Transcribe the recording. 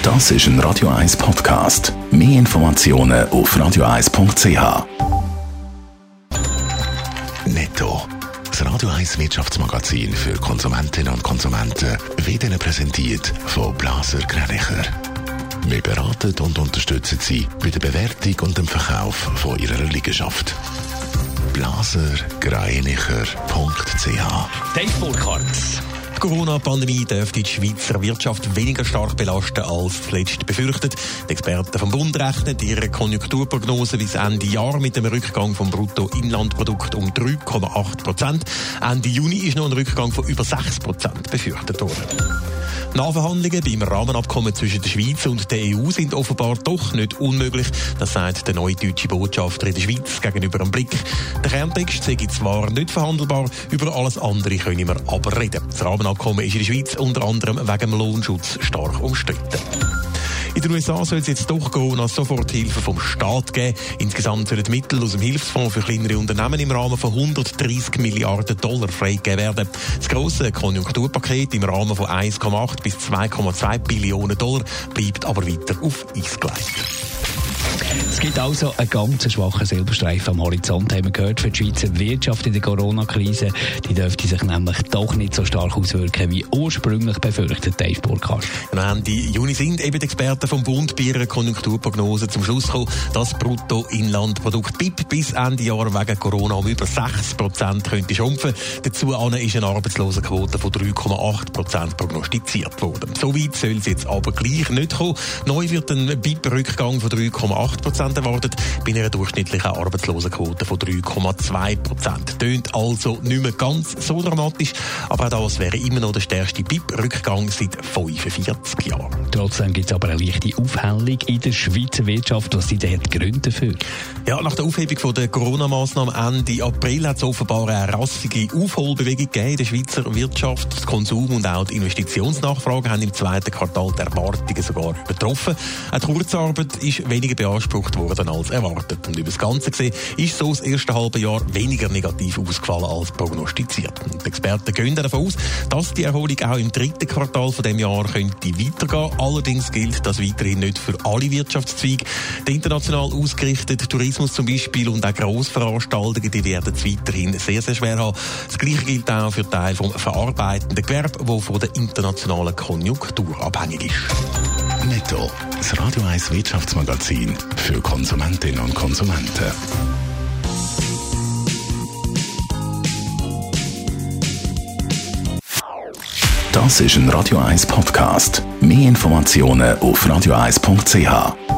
Das ist ein Radio 1 Podcast. Mehr Informationen auf radio1.ch. Netto. Das Radio 1 Wirtschaftsmagazin für Konsumentinnen und Konsumenten wird Ihnen präsentiert von Blaser Greinicher. Wir beraten und unterstützen Sie bei der Bewertung und dem Verkauf von Ihrer Liegenschaft. blasergreinicher.ch. Dave Burkhardt. Die Corona-Pandemie dürfte die Schweizer Wirtschaft weniger stark belasten als zuletzt befürchtet. Die Experten vom Bund rechnen ihre Konjunkturprognose bis Ende Jahr mit dem Rückgang vom Bruttoinlandprodukt um 3,8%. Ende Juni ist noch ein Rückgang von über 6% befürchtet worden. Nachverhandlungen beim Rahmenabkommen zwischen der Schweiz und der EU sind offenbar doch nicht unmöglich. Das sagt der neue deutsche Botschafter in der Schweiz gegenüber dem Blick. Der Kerntext sei zwar nicht verhandelbar, über alles andere können wir aber reden. Das Rahmenabkommen ist in der Schweiz unter anderem wegen dem Lohnschutz stark umstritten. In den USA soll es jetzt doch Corona-Soforthilfe vom Staat geben. Insgesamt sollen Mittel aus dem Hilfsfonds für kleinere Unternehmen im Rahmen von $130 Milliarden freigegeben werden. Das grosse Konjunkturpaket im Rahmen von 1,8 bis 2,2 Billionen $, bleibt aber weiter auf Eis gelegt. Es gibt also einen ganz schwachen Silberstreifen am Horizont, haben wir gehört, für die Schweizer Wirtschaft in der Corona-Krise. Die dürfte sich nämlich doch nicht so stark auswirken, wie ursprünglich befürchtet, Dave Burkhardt. Ende Juni sind eben die Experten vom Bund bei ihrer Konjunkturprognose zum Schluss gekommen, dass das Bruttoinlandprodukt BIP bis Ende Jahr wegen Corona um über 6% könnte schrumpfen. Dazu ist eine Arbeitslosenquote von 3,8% prognostiziert worden. So weit soll es jetzt aber gleich nicht kommen. Neu wird ein BIP-Rückgang von 3,8% erwartet, bei einer durchschnittlichen Arbeitslosenquote von 3,2%. Tönt also nicht mehr ganz so dramatisch, aber auch das wäre immer noch der stärkste BIP-Rückgang seit 45 Jahren. Trotzdem gibt es aber eine leichte Aufhellung in der Schweizer Wirtschaft. Was sind denn die Gründe dafür? Ja, nach der Aufhebung der Corona-Massnahmen Ende April hat es offenbar eine rassige Aufholbewegung gegeben in der Schweizer Wirtschaft. Das Konsum und auch die Investitionsnachfrage haben im zweiten Quartal die Erwartungen sogar übertroffen. Auch die Kurzarbeit ist weniger beansprucht worden als erwartet. Und über das Ganze gesehen ist so das erste halbe Jahr weniger negativ ausgefallen als prognostiziert. Und die Experten gehen davon aus, dass die Erholung auch im dritten Quartal von dem Jahr könnte weitergehen. Allerdings gilt das weiterhin nicht für alle Wirtschaftszweige. Der international ausgerichtete Tourismus zum Beispiel und auch Grossveranstaltungen, die werden es weiterhin sehr, sehr schwer haben. Das Gleiche gilt auch für Teile vom verarbeitenden Gewerbe, das von der internationalen Konjunktur abhängig ist. Netto. Das Radio 1 Wirtschaftsmagazin für Konsumentinnen und Konsumenten. Das ist ein Radio 1 Podcast. Mehr Informationen auf radio1.ch.